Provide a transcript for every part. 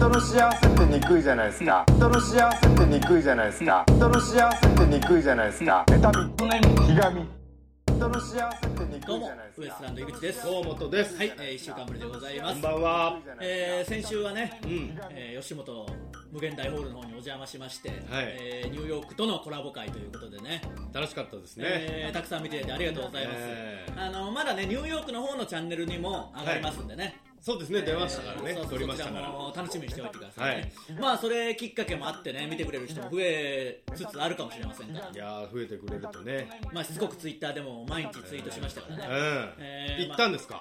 人の幸せってにくいじゃないですか。人の幸せってにくいじゃないですか。人の幸せってにくいじゃないですか。妬み、ひがみ、人の幸せってにくいじゃないですか。 どうもウエストランド井口です。 河本です。 はい、1週間ぶりでございます。 こんばんは。 先週はね、吉本無限大ホールの方にお邪魔しまして、 はい、 ニューヨークとのコラボ会ということでね、 楽しかったですね。 たくさん見ていただいてありがとうございます。まだねニューヨークの方のチャンネルにも上がりますんでね、 そうですね、出ましたからね、撮りましたから、 楽しみにしておいてくださいね。まあそれきっかけもあってね、見てくれる人も増えつつあるかもしれませんから、 いやー増えてくれるとね、 まあしつこくツイッターでも毎日ツイートしましたからね。 行ったんですか。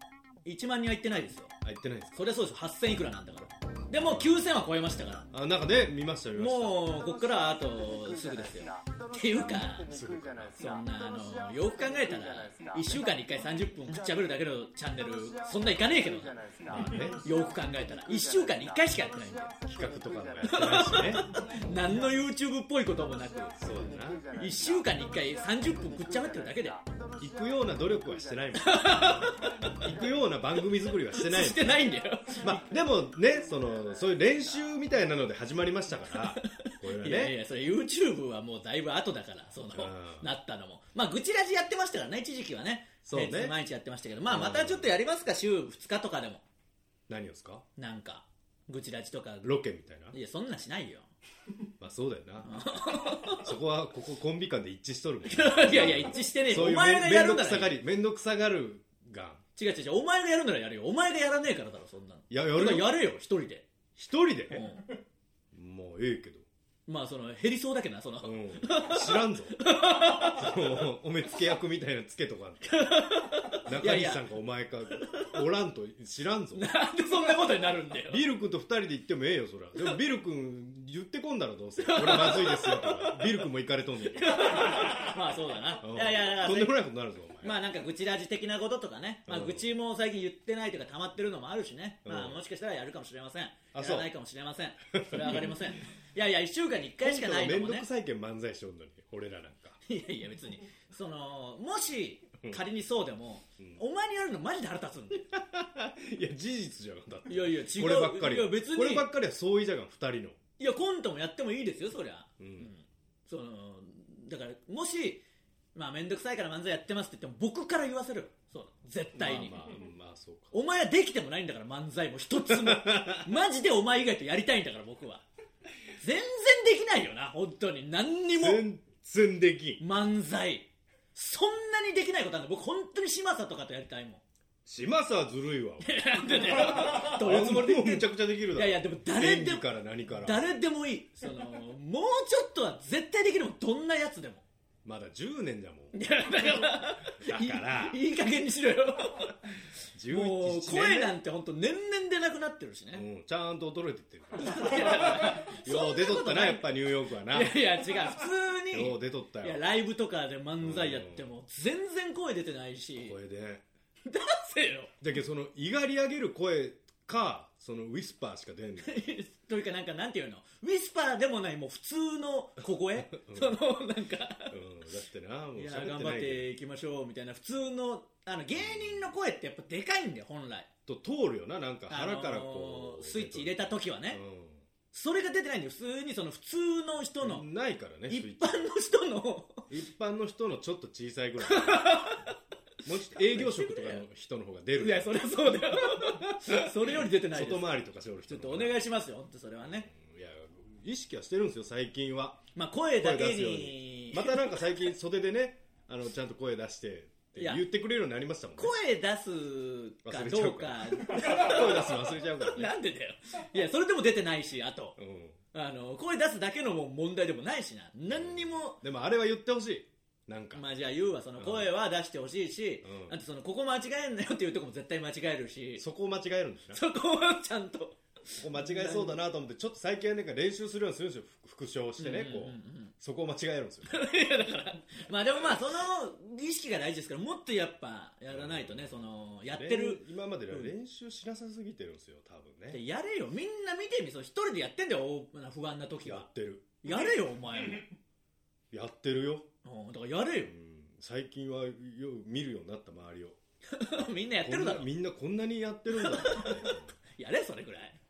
1万人は行ってないですよ。 行ってないですか。 そりゃそうですよ、8000いくらなんだから。でも9000は超えましたから。 なんかね、見ました。 もうこっからあとすぐですよ。っていうか、そんなよく考えたら1週間に1回30分くっちゃべるだけのチャンネルそんないかねえけどな、よく考えたら1週間に1回しかやってないんだよ。 企画とかもやってないしね何の YouTube っぽいこともなく、 そうだな、 1週間に1回30分くっちゃべってるだけで行くような努力はしてないもん行くような番組作りはしてないしてないんだよまあでもね、そういう練習みたいなので始まりましたからこれはね、 いやいや、それ YouTube はもうだいぶ後だから、なったのも、まあ愚痴ラジやってましたからね、一時期はね。そうね、毎日やってましたけど、まあまたちょっとやりますか、週2日とかでも。 何をですか。 なんか愚痴ラジとかロケみたいな。 いや、そんなんしないよまあそうだよなそこはここコンビ間で一致しとるもんいやいや一致してねえ。 そういうお前がやるんだらめんどくさがるが、 違う、お前がやるんならやるよ。お前がやらねえからだろ、そんなの。 いや、やるよ。 やれよ、一人で。 一人で、もうええけど、 まあ減りそうだけどな、 知らんぞお目付け役みたいなつけとか中西さんかお前かおらんと知らんぞ。 なんでそんなことになるんだよ。 ビル君と二人で行ってもええよ、そら。でもビル君言ってこんだろ、どうせこれまずいですよとかビル君も行かれとんねんまあそうだな。いやとんでもないことになるぞ、お前。 まあなんか愚痴ラジ的なこととかね、まあ愚痴も最近言ってないというか溜まってるのもあるしね、まあもしかしたらやるかもしれません。やらないかもしれません。それは上がりません。いやいや、1週間に1回しかないのもね。 めんどくさいけん漫才しよんのに、俺らなんか。 いやいや、別にもし仮にそうでも、お前にやるのマジで腹立つんだよいや事実じゃん、だって。 いやいや、違う。 こればっかりいや別にこればっかりは相違じゃがん、2人の。 いや、コントもやってもいいですよ、そりゃ。だからもしまあ面倒くさいから漫才やってますって言っても僕から言わせる。そう絶対に。 まあそうか。 お前はできてもないんだから漫才も一つもマジでお前以外とやりたいんだから僕は。全然できないよな、本当に。何にも全然できん漫才。そんなにできないことなんだ。僕本当に嶋佐とかとやりたいもん。 嶋佐はずるいわなんでだよどういうつもりで言ってんの。 めちゃくちゃできるだろ。 いやいや、でも誰でもから何から誰でもいい。もうちょっとは絶対できるもん、どんなやつでも。 まだ10年じゃもん。 いやだからいい加減にしろよもう声なんて本当年々出なくなってるしね、 ちゃんと衰えてってるよう出とったな、やっぱニューヨークはな。 いや違う、普通によう出とったよ。 いやライブとかで漫才やっても全然声出てないし。 声で出せよ。 だけど威張り上げる声かウィスパーしか出んのというかなんていうの、ウィスパーでもないもう普通の小声なんかだってな、もういや頑張っていきましょうみたいな普通の芸人の声ってやっぱでかいんだよ本来と。通るよな、なんか腹からこうスイッチ入れた時はね、それが出てないんだよ。普通に普通の人のないからね、 一般の人のちょっと小さいぐらいもうちょっと営業職とかの人の方が出る。 いやそりゃそうだよそれより出てないです。 外回りとかしておる人ちょっとお願いしますよ、本当それはね。 いや意識はしてるんですよ最近は。 まあ声だけにまたなんか最近袖でねちゃんと声出してって言ってくれるようになりましたもんね。 声出すかどうか声出すの忘れちゃうからねなんでだよ。いやそれでも出てないし、あと、声出すだけの問題でもないしな、何にも。 でもあれは言ってほしい。なんかまあじゃあ言うわ、声は出してほしいし、あとここ間違えんなよっていうとこも絶対間違えるし。 そこを間違えるんですね。 そこはちゃんとここ間違えそうだなと思ってちょっと最近は練習するようにするんですよ、復唱してね、そこを間違えるんですよいやだからまあでも意識が大事ですから、もっとやっぱやらないとね、やってる今まで練習しなさすぎてるんですよ多分ね。 やれよ、みんな見てみ。一人でやってんだよ、不安な時は。 やってる。 やれよお前もやってるよ。 だからやれよ。 最近は見るようになった、周りをみんなやってるだろ。 みんなこんなにやってるんだやれそれぐらい。まあ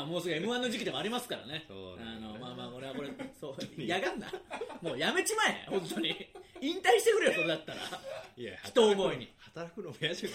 もうすぐ M1 の時期でもありますからね。 そうなんだねまあ俺はこれそうやがんな。もうやめちまえ本当に。引退してくれよそれだったら。 いや人思いに働くのも嫌じゃ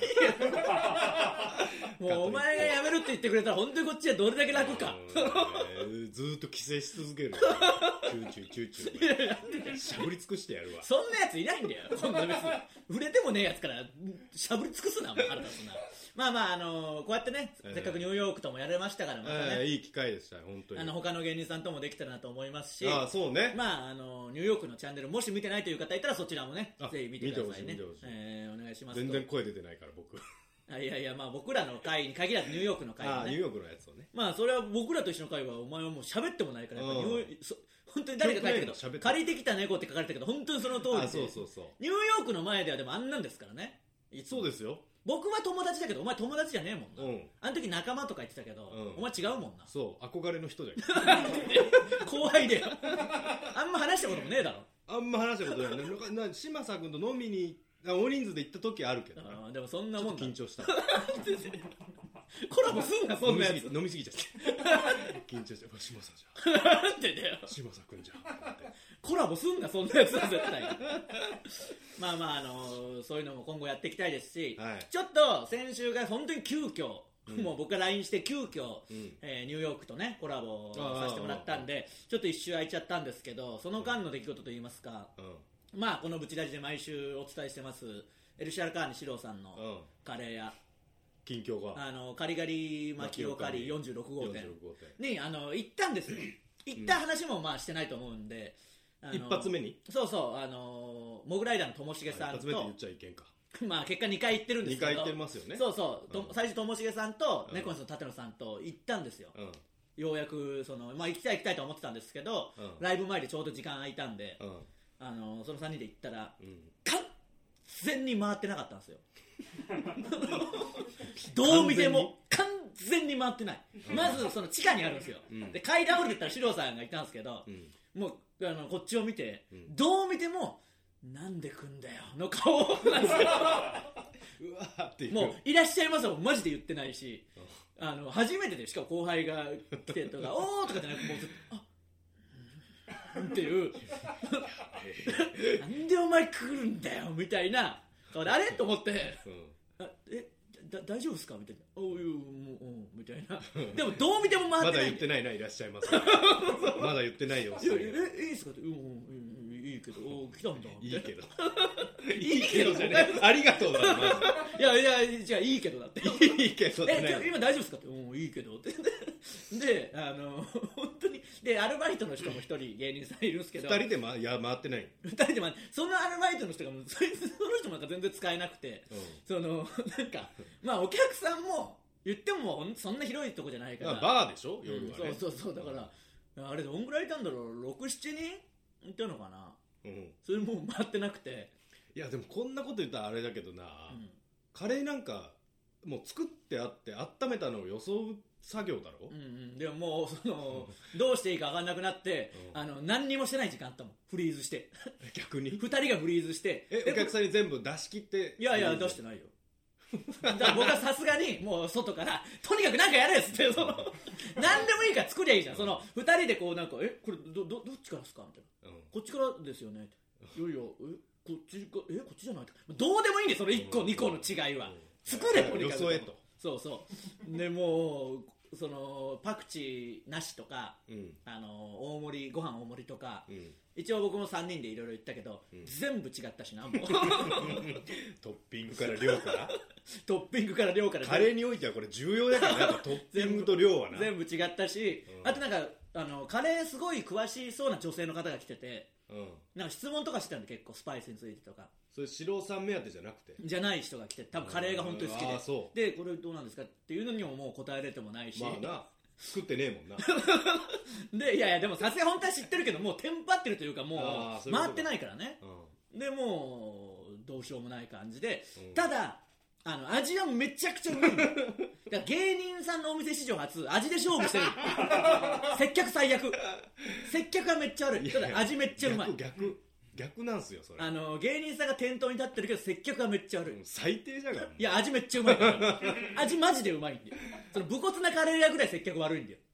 ないもうお前がやめるって言ってくれたら本当にこっちはどれだけ楽か。 ずーっと規制し続ける。チューチューしゃぶり尽くしてやるわ。 そんなやついないんだよ。そんな別に売れてもねえやつからしゃぶり尽くすな。もう腹立つな。まあこうやってね、せっかくニューヨークともやれましたからまたね、 いい機会でした本当に。 他の芸人さんともできたらなと思いますし、 そうね。 まあニューヨークのチャンネルもし見てないという方いたらそちらもねぜひ見てくださいね。 見てほしいお願いします。 全然声出てないから僕。 いやまあ僕らの会に限らずニューヨークの会にね。 ニューヨークのやつをね。 まあそれは僕らと一緒の会はお前はもう喋ってもないからやっぱ本当に誰か書いてるけど借りてきた猫って書かれてるけど本当にその通りで、 そうニューヨークの前ではでもあんなんですからね。 そうですよ。 僕は友達だけどお前友達じゃねえもんな、 うん、 あの時仲間とか言ってたけど、お前違うもんな。 そう憧れの人じゃん。 後輩であんま話したこともねえだろ。 あんま話したことないね。嶋佐君と飲みに大人数で行った時あるけどでもそんなもんだ。 緊張したコラボすんなそんなやつ。 飲みすぎちゃって緊張して嶋佐じゃんなんでだよ嶋佐君じゃんコラボすんなそんなやつは絶対まあそういうのも今後やっていきたいですし、 はい、 ちょっと先週が本当に急遽、もう僕が LINE して急遽、ニューヨークとねコラボさせてもらったんでちょっと一周空いちゃったんですけど、その間の出来事といいますか、まあこのブチラジで毎週お伝えしてますエルシャルカーニ四郎さんのカレー屋、 近況がカリガリマキオカリ46号店に行ったんですよ。行った話もまあしてないと思うんで、 一発目にそうモグライダーのともしげさんと、 一発目って言っちゃいけんかまあ結果2回行ってるんですけど、 2回行ってますよね。 最初ともしげさんとネコンスの舘野さんと行ったんですよ。ようやく行きたいと思ってたんですけど、ライブ前でちょうど時間空いたんで、その3人で行ったら、完全に回ってなかったんですよどう見ても完全に回ってない。まずその地下にあるんですよ、で階段降りてったら四郎さんがいたんですけど、もうこっちを見て、どう見てもなんで来んだよの顔なんですようわーっていう、 もういらっしゃいますもんマジで言ってないし、初めてでしかも後輩が来てとかおーとかじゃなくもうずっとっていうなんでお前来るんだよみたいな顔であれと思って、大丈夫ですかみたいな、おうみたいなでもどう見ても回ってない。 まだ言ってないないらっしゃいますまだ言ってないよ。 いいですかって、いいけど来たんだいいけどいいけどじゃねえ、ありがとうだろまずいやじゃあいいけどだっていいけど今大丈夫ですかっていいけどってで本当にでアルバイトの人も一人芸人さんいるんですけど、 2人で回ってない。 2人でそのアルバイトの人がその人もなんか全然使えなくて、なんかまあお客さんも言ってもそんな広いとこじゃないから、 バーでしょ夜はね、 そうだからあれどんぐらいいたんだろう、6、7人いたのかな、それもう回ってなくて。 いやでもこんなこと言ったらあれだけどな、カレーなんかもう作ってあって温めたのを予想作業だろ、 でももうどうしていいか分かんなくなって、何にもしてない時間あったもん。フリーズして逆に 2人がフリーズしてお客さんに全部出し切って。 いや出してないよだから僕はさすがにもう外からとにかくなんかやれっつって何でもいいから作りゃいいじゃん。2人でこうなんかこれどっちからですかみたいな、こっちからですよねって、いやいやこっちかこっちじゃないって、どうでもいいんだよその1個2個の違いは。作れとにかく。 予想へと。 そうでもうパクチーなしとか、大盛りご飯大盛りとか、一応僕も3人でいろいろ言ったけど、全部違ったしなもうトッピングから量からトッピングから量からカレーにおいてはこれ重要だからなトッピングと量はな全部違ったし、あとなんかカレーすごい詳しそうな女性の方が来てて、なんか質問とかしてたんで結構スパイスについてとか。 それ四郎さん目当てじゃなくてじゃない人が来て、多分カレーが本当に好きで、でこれどうなんですかっていうのにももう答えれてもないし、 まあな作ってねえもんなでいやでもさすが本当は知ってるけどもうテンパってるというかもう回ってないからね、でもうどうしようもない感じで、ただ味はめちゃくちゃうまいんだよだから芸人さんのお店史上初味で勝負してる接客最悪、接客はめっちゃ悪い、ただ味めっちゃうまい。 逆なんすよそれ。 芸人さんが店頭に立ってるけど接客はめっちゃ悪い、 最低じゃが。 いや味めっちゃうまいから味マジでうまいんだよ。その武骨なカレー屋ぐらい接客悪いんだよ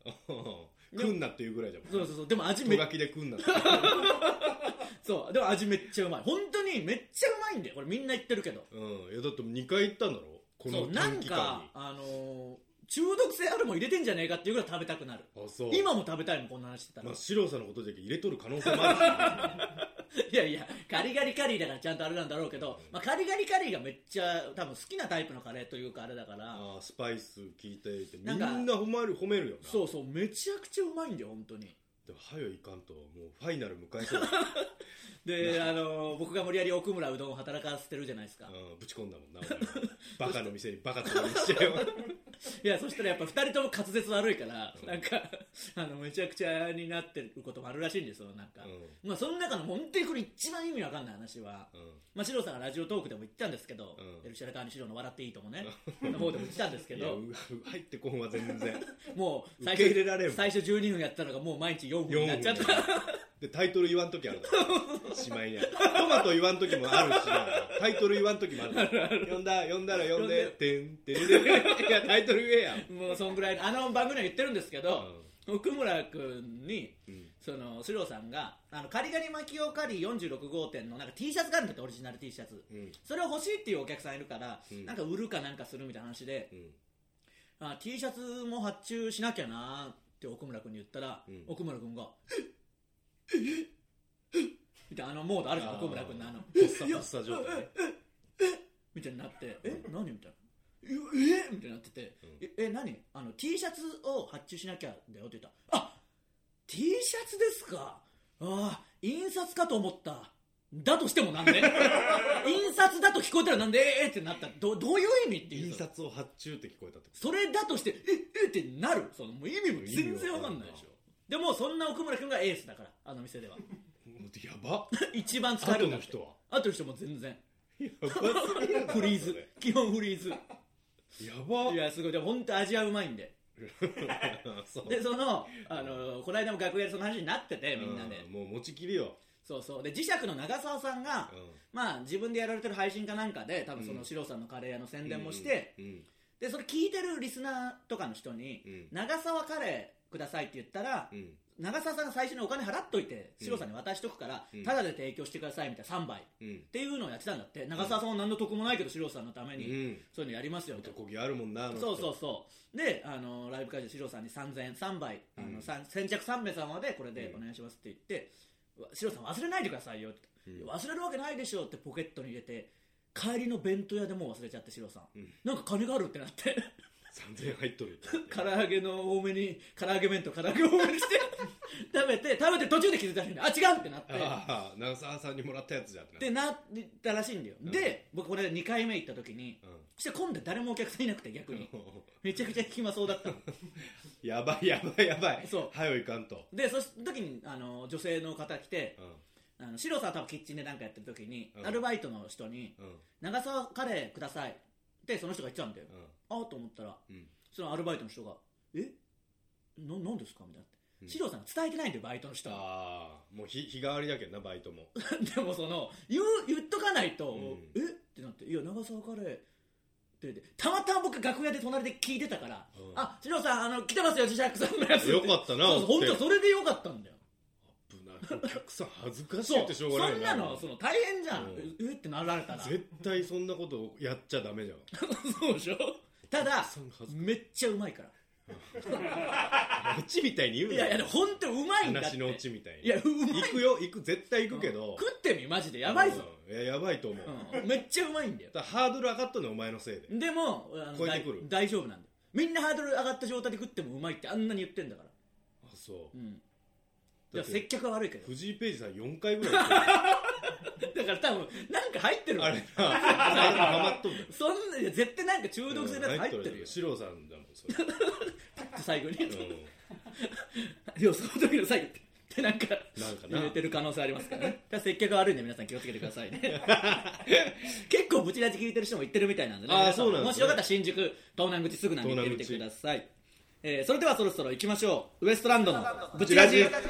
食んなっていうぐらいじゃん。 そうでも味とがきで食んなってそうでも味めっちゃうまい、本当にめっちゃうまいんだよこれ、みんな言ってるけど。 いやだって2回行ったんだろこの短期間に。 なんか中毒性あるもん入れてんじゃねえかっていうぐらい食べたくなる。 あ、そう。 今も食べたいもんこんな話してたら。 まあ四郎さんのことじゃけ入れとる可能性もあいやいやカリガリカリーだからちゃんとあれなんだろうけど、まあ、カリガリカリーがめっちゃ多分好きなタイプのカレーというかあれだから、 スパイス効いていてみんななん褒めるよな。 そうめちゃくちゃうまいんだよ本当に。 でも早いかんともうファイナル迎えそうだで僕が無理やり奥村うどんを働かせてるじゃないですか。 ぶち込んだもんなバカの店にバカとかにしちゃうよいやそしたらやっぱ2人とも滑舌悪いから、なんかめちゃくちゃになってることもあるらしいんですよ。なんか、まあその中の本当にこれ一番意味わかんない話は、まあシロさんがラジオトークでも言ったんですけど、エルシャラカーニシロの笑っていいともねの方でも言ったんですけど、 入ってこんは全然もう受け入れられん最初12分やったのがもう毎日4分になっちゃったでタイトル言わんときあるしまいにトマト言わんときもあるしタイトル言わんときもある呼んだら呼んでてんてれれいやタイトル言えやもうそんぐらい番組は言ってるんですけど、奥村君に、そのスローさんがカリガリマキオカリー46号店のなんか T シャツがあるんだって、オリジナル T シャツ、それを欲しいっていうお客さんいるから、なんか売るかなんかするみたいな話で、T シャツも発注しなきゃなって奥村君に言ったら、奥村君がみたいなモードあるじゃん、奥村君のポッサ状態ねみたいになって何みたいなみたいになってて、何T シャツを発注しなきゃだよって言ったら、T シャツですか、印刷かと思った、だとしてもなんで印刷だと聞こえたらなんでってなった、どういう意味っていう、 印刷を発注って聞こえたってそれだとしてってなる、そのもう意味も全然わかんないでしょ。でもそんな奥村君がエースだから店ではやば一番使えるんだって。後の人も全然やばすぎるフリーズ、基本フリーズやば。 いやすごい、でも本当味はうまいんででこの間も楽屋でその話になってて、みんなでもう持ちきりよ。 そうで磁石の長澤さんが、まあ自分でやられてる配信かなんかで多分そのシロさんのカレー屋の宣伝もして、でそれ聞いてるリスナーとかの人に、長澤カレーくださいって言ったら、長澤さんが最初にお金払っといてシロさんに渡しとくから、タダで提供してくださいみたいな3倍、っていうのをやってたんだって。長澤さんは何の得もないけどシロさんのために、そういうのやりますよみたいな。 男気あるもんな。 そうでライブ会場シロさんに3000円3倍、先着3名様でこれでお願いしますって言って、シロさん忘れないでくださいよって、忘れるわけないでしょってポケットに入れて、帰りの弁当屋でもう忘れちゃってシロさん、なんか金があるってなって 3000円入っとる唐揚げの多めに唐揚げ弁当唐揚げ多めにして食べて途中で気づいたらしいんで、違うってなって、 長澤さんにもらったやつじゃんってなったらしいんだよ。で僕これ2回目行った時に、そして今度誰もお客さんいなくて、逆にめちゃくちゃ暇そうだったのやばいそう早いかんと。 でその時に女性の方来て、シロさん多分キッチンで何かやってる時に、アルバイトの人に、長澤カレーくださいってその人が言ってたんだよ、と思ったら、そのアルバイトの人が何ですかみたいな、シロさんが伝えてないんだよバイトの人は。 もう日替わりだけどなバイトもでも言っとかないと、ってなって、いや長澤カレーってたまたま僕楽屋で隣で聞いてたから、シロさん来てますよ磁石さんのやつよかったな。 本当それでよかったんだよ。 お客さん恥ずかしいってしょうがないな。 そんなの大変じゃん、ってなられたら絶対そんなことやっちゃダメじゃんそうでしょ。ただめっちゃうまいからオチみたいに言うの。 いや本当うまいんだって。 話のオチみたいに。 いやうまい。 行くよ絶対行くけど、 食ってみマジでやばいぞ。 いややばいと思う、 めっちゃうまいんだよ。 ハードル上がったのお前のせいで。 でも超えてくる。 大丈夫なんだよ。みんなハードル上がった状態で食ってもうまいってあんなに言ってんだから。 そう。 いや接客は悪いけど。 藤井ページさん4回ぐらいだから多分なんか入ってるあれハマっとんだよ。 そんな絶対なんか中毒性のやつ入ってるよ。 シロさんだもんそれ最後にでもその時の最後ってなんか入れてる可能性ありますからね。接客悪いんで皆さん気をつけてくださいね結構ブチラジ聞いてる人も言ってるみたいなんでね。 そうなんですね。 もしよかったら新宿東南口すぐなんで行ってみてください。それではそろそろ行きましょう。ウエストランドのブチラジ。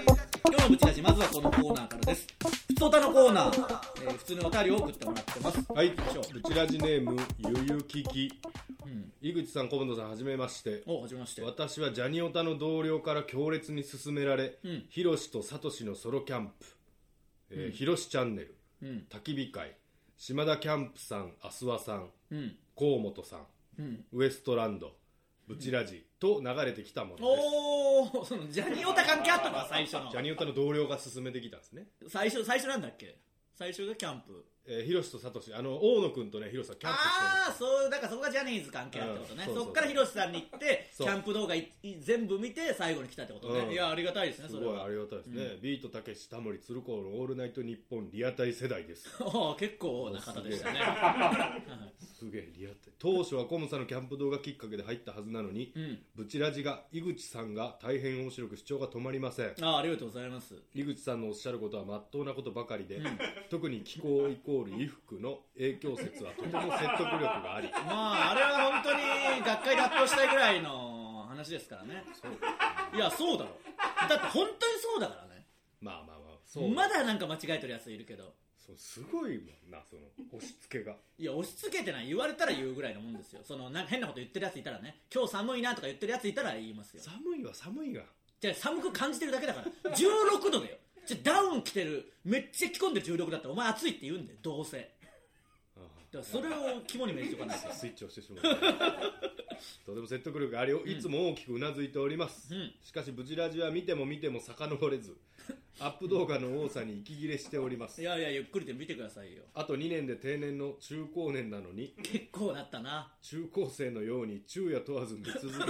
今日のブチラジ、まずはこのコーナーからです。ふつおたのコーナー、普通のお便りを送ってもらってます。 はい、ブチラジネームゆゆきき、井口さん、小本さん、はじめまして。 はじめまして。 私はジャニオタの同僚から強烈に勧められ、ヒロシとサトシのソロキャンプ、ヒロシチャンネル、焚き火会、島田キャンプさん、アスワさん、河本さん、ウエストランド、ブチラジと流れてきたものです。 おー、そのジャニオタ関係あったのか、最初の。 ジャニオタの同僚が勧めてきたんですね。 最初なんだっけ。最初がキャンプ。 ヒロシとサトシ、大野くんとね、ヒロシさんキャンプしてる。 そう、だからそこがジャニーズ関係あるってことね。そっからヒロシさんに行って、キャンプ動画全部見て、最後に来たってことね。いや、ありがたいですね、それは。 すごいありがたいですね。ビートたけし、タモリ、鶴光のオールナイトニッポンリアタイ世代です。 結構な方でしたね。 すげえリアタイ。当初はコムさんのキャンプ動画きっかけで入ったはずなのに、ブチラジが井口さんが大変面白く主張が止まりません。 ありがとうございます。 井口さんのおっしゃることは真っ当なことばかりで、特に気候イコール衣服の影響説はとても説得力があり、 あれは本当に学会で発表したいぐらいの話ですからね。いや、そうだろ。だって本当にそうだからね。そうまだなんか間違えてるやついるけど、 すごいもんな、その押し付けが。 いや、押し付けてない、言われたら言うぐらいのもんですよ。なんか変なこと言ってるやついたらね、今日寒いなとか言ってるやついたら言いますよ。 寒いは寒いが、 じゃあ寒く感じてるだけだから16度だよ。じゃあダウン着てる、めっちゃ着込んでる16だったらお前暑いって言うんだよ、どうせ。だからそれを肝に銘じておかないと。 スイッチをしてしまうとても説得力があり、いつも大きくうなずいております、しかしブチラジは見ても見ても遡れずアップ動画の多さに息切れしております。 いやいや、ゆっくりで見てくださいよ。 あと2年で定年の中高年なのに、 結構なったな。 中高生のように昼夜問わず見続けて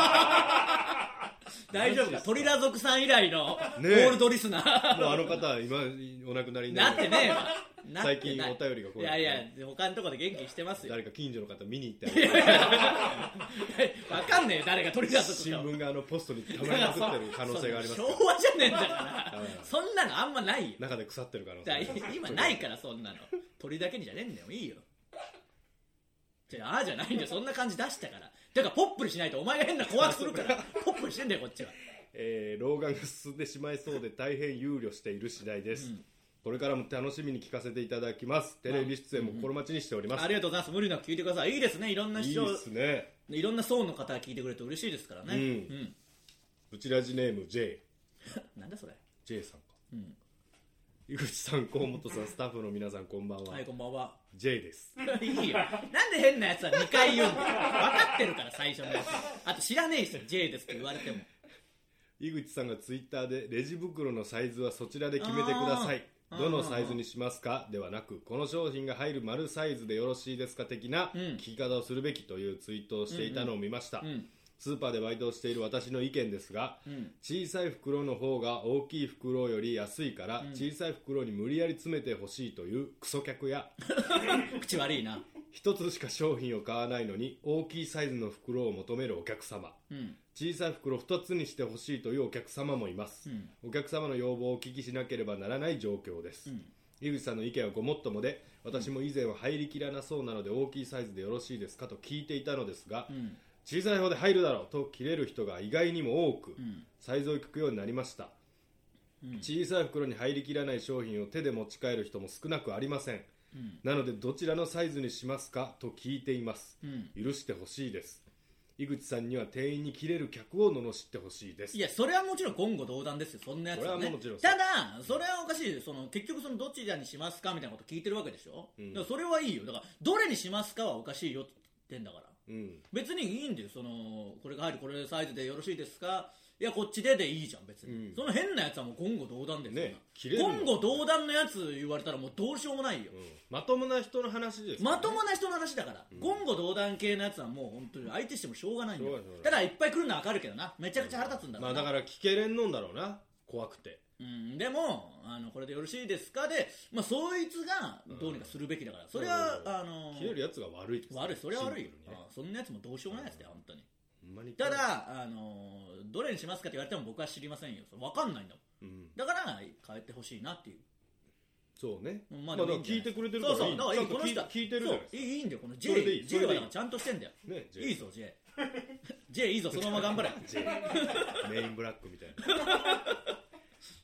大丈夫か、トリラ族さん以来のオールドリスナー、 もうあの方は今お亡くなりになってねえわ。 最近お便りが来ない。 いやいや、他のところで元気してますよ。 誰か近所の方見に行ってわかんねえよ、誰がトリラ族か。 新聞がポストにたまりまくってる可能性があります。 昭和じゃねえんだからそんなのあんまないよ。 中で腐ってる可能性今ないから、そんなの鳥だけにじゃねえんだよ。いいよ。じゃあじゃないんだよ、そんな感じ出したから。だからポップにしないとお前が変な怖くするからポップにしてんだよ、こっちは。 老眼が進んでしまいそうで大変憂慮している次第です、これからも楽しみに聞かせていただきます。テレビ出演も心待ちにしております、 ありがとうございます。無理なく聞いてください。いいですね、いろんな視聴、 いいですね、 いろんな層の方が聞いてくれて嬉しいですからね。 ブチラジネーム J なんだそれ。 J さんか、井口さん、河本さん、スタッフの皆さん、こんばんは。 はい、こんばんは。 J です。 いいよ、なんで変なやつは2回言うんだよ。分かってるから、最初のやつ。あと知らねえし、J ですって言われても。 井口さんがツイッターでレジ袋のサイズはそちらで決めてください、どのサイズにしますかではなく、この商品が入る丸サイズでよろしいですか的な聞き方をするべきというツイートをしていたのを見ました、スーパーでバイトをしている私の意見ですが、小さい袋の方が大きい袋より安いから、小さい袋に無理やり詰めてほしいというクソ客や口悪いな。 一つしか商品を買わないのに大きいサイズの袋を求めるお客様、小さい袋2つにしてほしいというお客様もいます、お客様の要望をお聞きしなければならない状況です、井口さんの意見はごもっともで、私も以前は入りきらなそうなので大きいサイズでよろしいですかと聞いていたのですが、小さい方で入るだろうと切れる人が意外にも多く、サイズを聞くようになりました、小さい袋に入りきらない商品を手で持ち帰る人も少なくありません、なのでどちらのサイズにしますかと聞いています、許してほしいです。井口さんには店員に切れる客を罵ってほしいです。 いや、それはもちろん言語道断ですよ、そんなやつはね。ただそれはおかしい。結局どちらにしますかみたいなこと聞いてるわけでしょ、だからそれはいいよ。だからどれにしますかはおかしいよって言ってんだから、別にいいんだよ。これが入るこれサイズでよろしいですか、いやこっちでいいじゃん別に、その変なやつはもう言語道断ですよ、言語道断のやつ言われたらもうどうしようもないよ、 まともな人の話です、 まともな人の話だから、言語道断系のやつはもう本当に相手してもしょうがないんだよ。ただいっぱい来るのは分かるけどな、めちゃくちゃ腹立つんだから、 だから聞けれんのんだろうな、怖くて。 でもこれでよろしいですかで、そいつがどうにかするべきだから、それは切れるやつが悪いです、 悪い、それは悪いよ、そんなやつもどうしようもないやつだよ本当に。ただどれにしますかって言われても僕は知りませんよ、分かんないんだもん、だから変えてほしいなっていう。 そうね、だから聞いてくれてるからいい。 そうだからこの人聞いてるじゃないですか。 いいんだよ、この J はだからちゃんとしてんだよ、いいぞ J いいぞ、そのまま頑張れメインブラックみたいな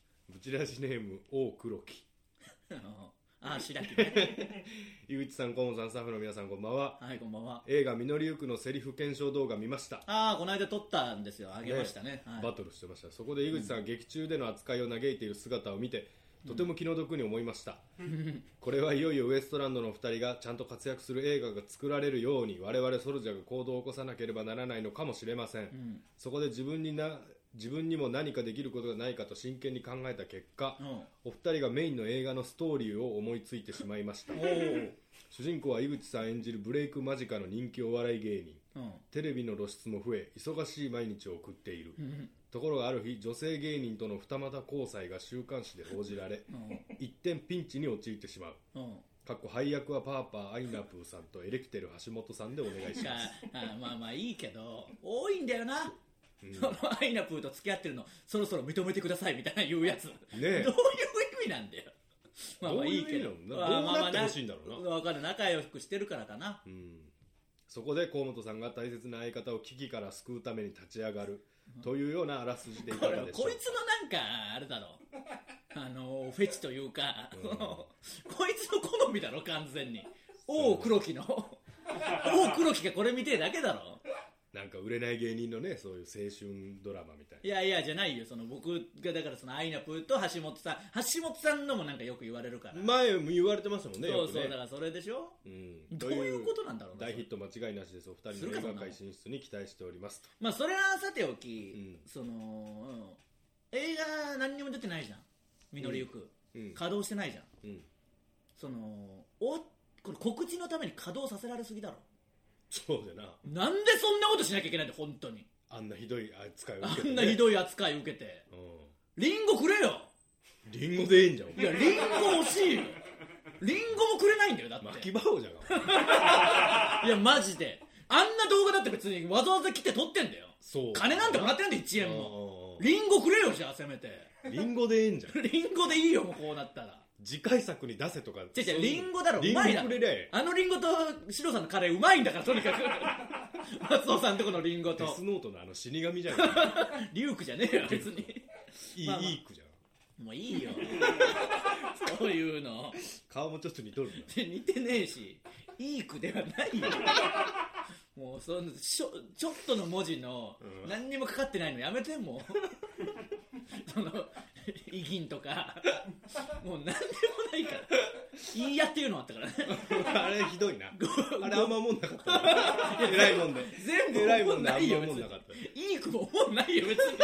チラシネーム王黒木白木ね井口さん、河本さん、スタッフの皆さん、こんばんは。 はい、こんばんは。 映画実りゆくのセリフ検証動画見ました。 この間撮ったんですよ。あげましたね、はい、 バトルしてました。そこで井口さんが劇中での扱いを嘆いている姿を見て、とても気の毒に思いました、これはいよいよウエストランドの2人がちゃんと活躍する映画が作られるように我々ソルジャーが行動を起こさなければならないのかもしれません、そこで自分にも何かできることがないかと真剣に考えた結果、お二人がメインの映画のストーリーを思いついてしまいました主人公は井口さん演じるブレイク間近の人気お笑い芸人、テレビの露出も増え忙しい毎日を送っている、ところがある日女性芸人との二股交際が週刊誌で報じられ、一転ピンチに陥ってしまう、配役はパーパーアイナプーさんとエレキテル橋本さんでお願いしますまあいいけど多いんだよな、そのアイナプーと付き合ってるのそろそろ認めてくださいみたいな言うやつ、ね、どういう意味なんだよ。まあいいけど、 どうなってほしいんだろうな。 分かる、仲良くしてるからかな、 そこで河本さんが大切な相方を危機から救うために立ち上がるというようなあらすじでいかがでしょう。 こいつのなんかあれだろフェチというか、こいつの好みだろ完全に。王黒木の王黒木がこれ見てるだけだろ。 なんか売れない芸人のね、そういう青春ドラマみたいな。 いやじゃないよ、その僕がだからそのアイナプーと橋本さんのもなんかよく言われるから。 前も言われてましたもんね。 そうだからそれでしょ、どういうことなんだろうな。 大ヒット間違いなしです。お二人の映画界進出に期待しておりますと。 まあそれはさておき、その映画何にも出てないじゃん、実りゆく、稼働してないじゃん、そのこれ告知のために稼働させられすぎだろ。 そうだな。 なんでそんなことしなきゃいけないんだ本当に。 あんなひどい扱いを受けて、 あんなひどい扱いを受けて、リンゴくれよ。 リンゴでいいんじゃん。 いやリンゴ欲しいよ。リンゴもくれないんだよだって。 巻き場王じゃん。 いやマジであんな動画だって別にわざわざ来て撮ってんだよ。 そう金なんてもらってんだよ1円も。リンゴくれよじゃあせめて。 リンゴでいいんじゃん。 リンゴでいいよもうこうなったら。 次回作に出せとか。 リンゴだろ、うまいだろ。あのリンゴとシロさんのカレーうまいんだからとにかく。松尾さんとこのリンゴとデスノートの死神じゃないリュウクじゃねえよ別に。 いい句じゃん。 もういいよそういうの。 顔もちょっと似とるな。 似てねえしいい句ではないよもうそのちょっとの文字の何にもかかってないのやめてもうそのイギンとかもう何でもないから。いいやっていうのあったからねあれひどいな。あれあんま思んなかった偉いもんで全部偉いもんであんまないよ思んなかった。 いい句も思んないよ別に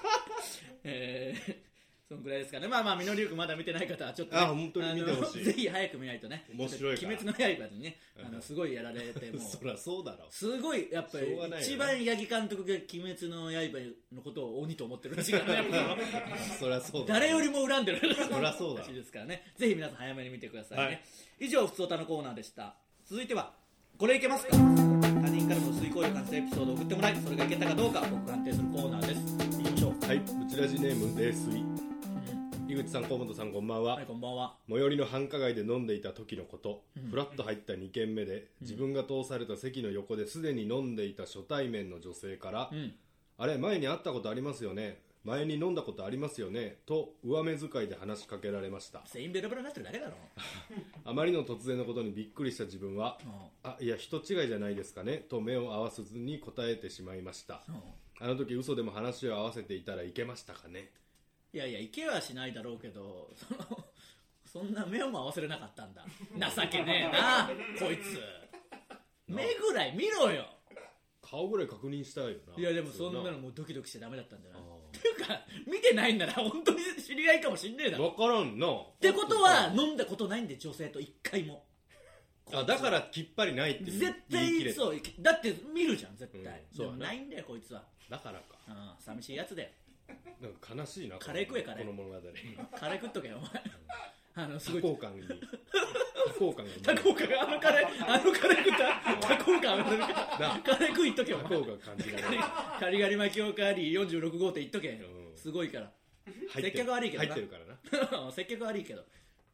そんぐらいですかね。まあ実りゆくまだ見てない方はちょっと、ね、 本当に見てほしい。 ぜひ早く見ないとね。 面白いから。 鬼滅の刃にねすごいやられてもうそりゃそうだろ。 すごいやっぱり一番八木監督が鬼滅の刃のことを鬼と思ってるらしいからねそりゃそうだ。 誰よりも恨んでるそりゃそうだらしいですからね。ぜひ皆さん早めに見てくださいね、はい、以上ふつおたのコーナーでした。続いてはこれいけますか。他人からの薄い声を感じたエピソードを送ってもらい、それがいけたかどうか僕が判定するコーナーです。いきましょう。 はい、ブチラジネーム冷水。井口さん、河本さん、こんばんは。 はい、こんばんは。 最寄りの繁華街で飲んでいた時のこと、フラッと入った2軒目で、自分が通された席の横ですでに飲んでいた初対面の女性から、あれ前に会ったことありますよね、前に飲んだことありますよねと上目遣いで話しかけられました。 全員ベラベラになってるだけだろあまりの突然のことにびっくりした自分は、いや人違いじゃないですかねと目を合わせずに答えてしまいました。あの時嘘でも話を合わせていたらいけましたかね。 いやいけはしないだろうけど、そんな目をも合わせれなかったんだ。情けねえなこいつ。目ぐらい見ろよ。 顔ぐらい確認したいよな。 いやでもそんなのもうドキドキしてダメだったんじゃない。っていうか見てないんなら本当に知り合いかもしんねえだろ。 分からんな。 ってことは飲んだことないんで女性と一回も。 だからきっぱりないって絶対そう。だって見るじゃん絶対、でもないんだよこいつは。 だからか、 寂しいやつだよ。 なんか悲しいな。 カレー食えカレー。 この物語。 カレー食っとけよお前。すごい多幸感に多幸感があのカレー食った多幸感あるからカレー食いっとけよ。 多幸感感じられる。 カリガリ巻きおかわり46号店いっとけ。すごいから。接客悪いけどな。 入ってるからな。 接客悪いけど。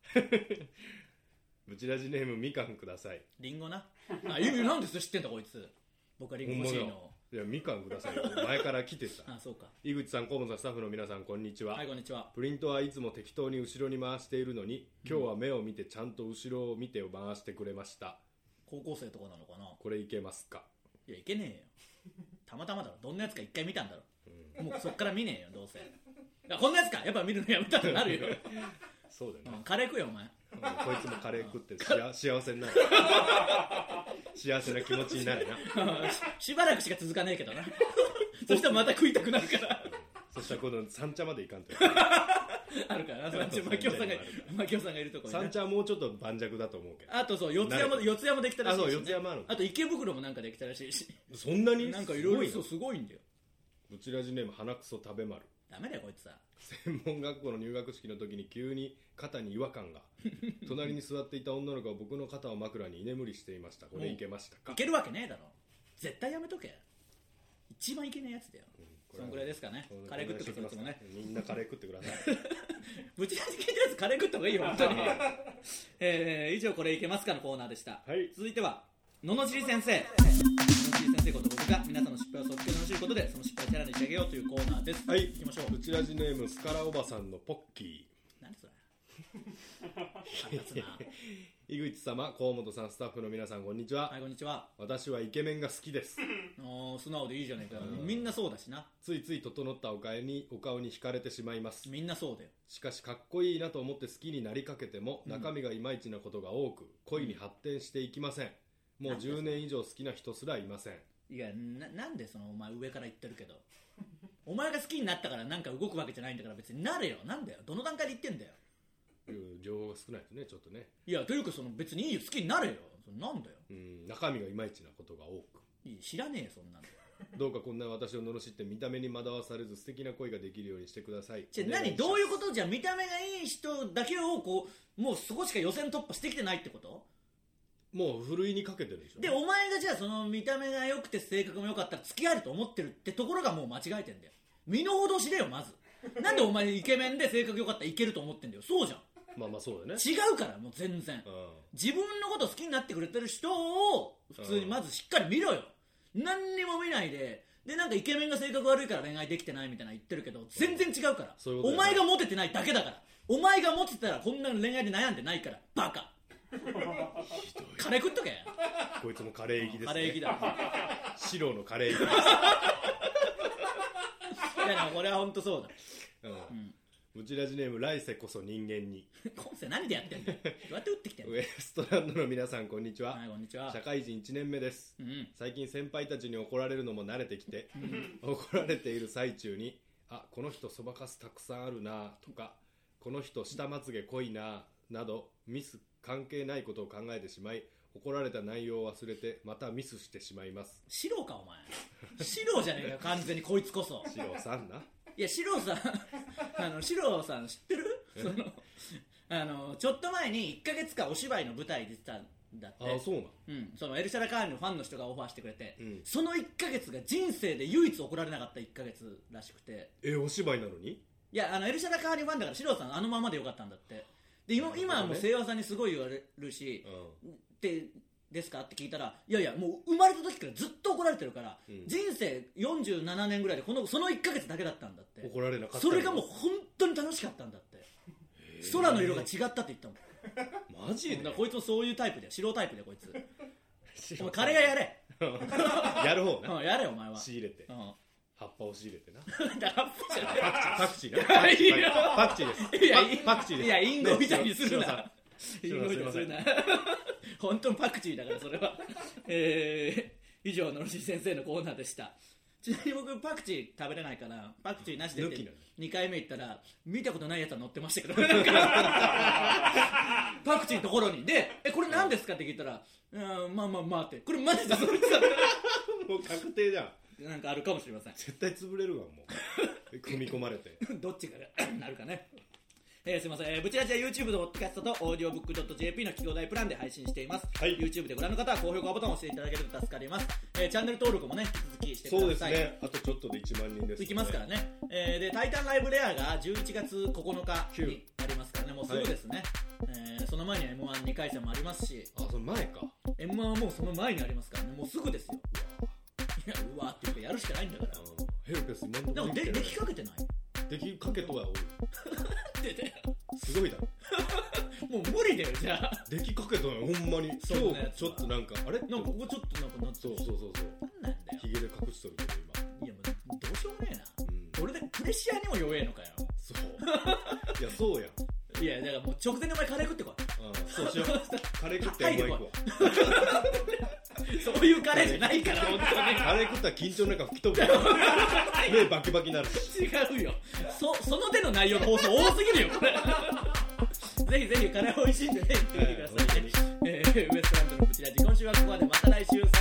ブチラジネームみかんください。 リンゴな。なんで知ってんだこいつ。僕はリンゴ欲しいの。 いやみかんくださいよ前から来てさあ、そうか。 井口さん、河本さん、スタッフの皆さん、こんにちは。 はい、こんにちは。 プリントはいつも適当に後ろに回しているのに、今日は目を見てちゃんと後ろを見て回してくれました。 高校生とかなのかな。 これいけますか。 いや、いけねえよ。たまたまだろ。どんなやつか一回見たんだろ。もうそっから見ねえよ、どうせ。こんなやつか、やっぱ見るのやめたくなるよ。 そうだよね、 カレー食えよお前。 こいつもカレー食って幸せになる幸せな気持ちになるなしばらくしか続かねえけどなそしたらまた食いたくなるからそしたら今度三茶まで行かんとあるからな、マキオさんがいるところに、ね、 三茶はもうちょっと盤石だと思うけど、 あとそう四谷もできたらしいし、ね、 あ、そう四谷もある。 あと池袋もなんかできたらしいし、 そんなになんかいろいろすごいんだよ。 ブチラジネーム鼻くそ食べ丸。 ダメだよこいつさ。 専門学校の入学式の時に急に肩に違和感が隣に座っていた女の子は僕の肩を枕に居眠りしていました。これいけましたか。 いけるわけねえだろ、絶対やめとけ。一番いけねえやつだよ、そのぐらいですかね。カレー食ってくださいね。 みんなカレー食ってくださいぶち出し聞いてるやつカレー食った方がいいよ本当に以上これいけますかのコーナーでした、 はい、 続いてはののしり先生。ののしり先生こと僕が皆さんの失敗を即興で楽しいことでその失敗をチャラにしてあげようというコーナーです。 はい、 行きましょう。 ブチラジネームスカラおばさんのポッキー。 何それ腹立つな井口様、河本さん、スタッフの皆さん、こんにちは。 はい、こんにちは。 私はイケメンが好きです素直でいいじゃないか。みんなそうだしな。 ついつい整ったお顔に惹かれてしまいます。 みんなそうだよ。 しかしかっこいいなと思って好きになりかけても、中身がいまいちなことが多く恋に発展していきません。もう10年以上好きな人すらいません。 いや、なんでそのお前上から言ってるけどお前が好きになったからなんか動くわけじゃないんだから別になれよ。なんだよ、どの段階で言ってんだよ。 情報が少ないですね、ちょっとね。 いや、というかその別にいいよ、好きになれよ。なんだよ。 中身がいまいちなことが多く。 いい、知らねえよそんなのどうかこんな私を罵って見た目に惑わされず素敵な恋ができるようにしてください。 何、どういうこと。じゃ見た目がいい人だけをこうもうそこしか予選突破してきてないってこと。 もうふるいにかけてるでしょ。 でお前がじゃあその見た目が良くて性格も良かったら付き合えると思ってるってところがもう間違えてんだよ。身の程知れよまずなんでお前イケメンで性格良かったらいけると思ってんだよ。そうじゃん。 まあそうだね。 違うからもう全然、自分のこと好きになってくれてる人を普通にまずしっかり見ろよ。何にも見ないでなんかイケメンが性格悪いから恋愛できてないみたいな言ってるけど全然違うから、お前がモテてないだけだから。お前がモテてたらこんな恋愛で悩んでないからバカカレー食っとけ。 こいつもカレー行きですね。 カレー行きだ白のカレー行きですいやでもこれは本当そうだ。 うちラジネーム来世こそ人間に今世何でやってんの。どうやって打ってきてんの。 ウエストランドの皆さんこんにちは。 はい、こんにちは。 社会人1年目です、最近先輩たちに怒られるのも慣れてきて、怒られている最中にこの人そばかすたくさんあるなとか、この人下まつげ濃いななどミス関係ないことを考えてしまい、怒られた内容を忘れてまたミスしてしまいます。 シロかお前シロじゃねえか完全にこいつこそ。 シロさんな。 いやシロさんシロさん知ってる。ちょっと前に1ヶ月間お芝居の舞台出てたんだって。 そうな。 そのエルシャラカーニのファンの人がオファーしてくれて、その1ヶ月が人生で唯一怒られなかった1ヶ月らしくて。 お芝居なのに。 いやエルシャラカーニファンだからシロさんあのままでよかったんだって。で今はもう清和さんにすごい言われるし、ですかって聞いたら、いやいやもう生まれた時からずっと怒られてるから、人生47年ぐらいでその1ヶ月だけだったんだって。 怒られなかった。 それがもう本当に楽しかったんだって。空の色が違ったって言ったもん。 マジで。 だからこいつもそういうタイプだよ。白タイプだよこいつお前カレーがやれやる方な。 やれお前は。 仕入れて、葉っぱを仕入れてな。 葉っぱじゃない。 パクチーな。パクチーです。パクチーです。 いやインゴみたいにするな。インゴみたいにするな。本当にパクチーだからそれは。以上のろし先生のコーナーでした。ちなみに僕パクチー食べれないからパクチーなしでって2回目行ったら見たことないやつは乗ってましたけどパクチーのところにでこれ何ですかって聞いたらまあってこれマジでそれもう確定じゃん。 なんかあるかもしれません。 絶対潰れるわもう組み込まれてどっちがなるかね。すいません、ブチラジは YouTube のポッドキャストと audiobook.jp の企業大プランで配信しています、YouTube でご覧の方は高評価ボタンを押していただけると助かります、チャンネル登録もね引き続きしてください。 そうですね、あとちょっとで1万人です、ね、 いきますからね、でタイタンライブレアが11月9日にありますからね、もうすぐですね、その前には M12 回戦もありますし、 その前か。 M1 はもうその前にありますからね、もうすぐですよ。 やうわって言ってやるしかないんだから。 ヘルペス今でもできかけてない。 できかけとはおる。 でねすごいだろ。 もう無理だよじゃあ。 できかけとんよほんまに。今日ちょっとなんかあれ？ なんかここちょっとなんかなって。 そう。 なんなんだよ。 ヒゲで隠しとるけど今。 いやもうどうしようもねえな。俺でプレッシャーにも弱えのかよ。 そう。いやそうやん。 いやだからもう直前にお前カレー食ってこい。 そうしよう。カレー食ってお前行くわ。 そういうカレーじゃないから本当に。 カレー食ったら緊張なんか吹き飛ぶから目バキバキになる。 違うよ。その手の内容の放送多すぎるよこれ。ぜひカレー美味しいんでね行ってみてくださいね。ウエストランドのブチラジ今週はここまで。また来週。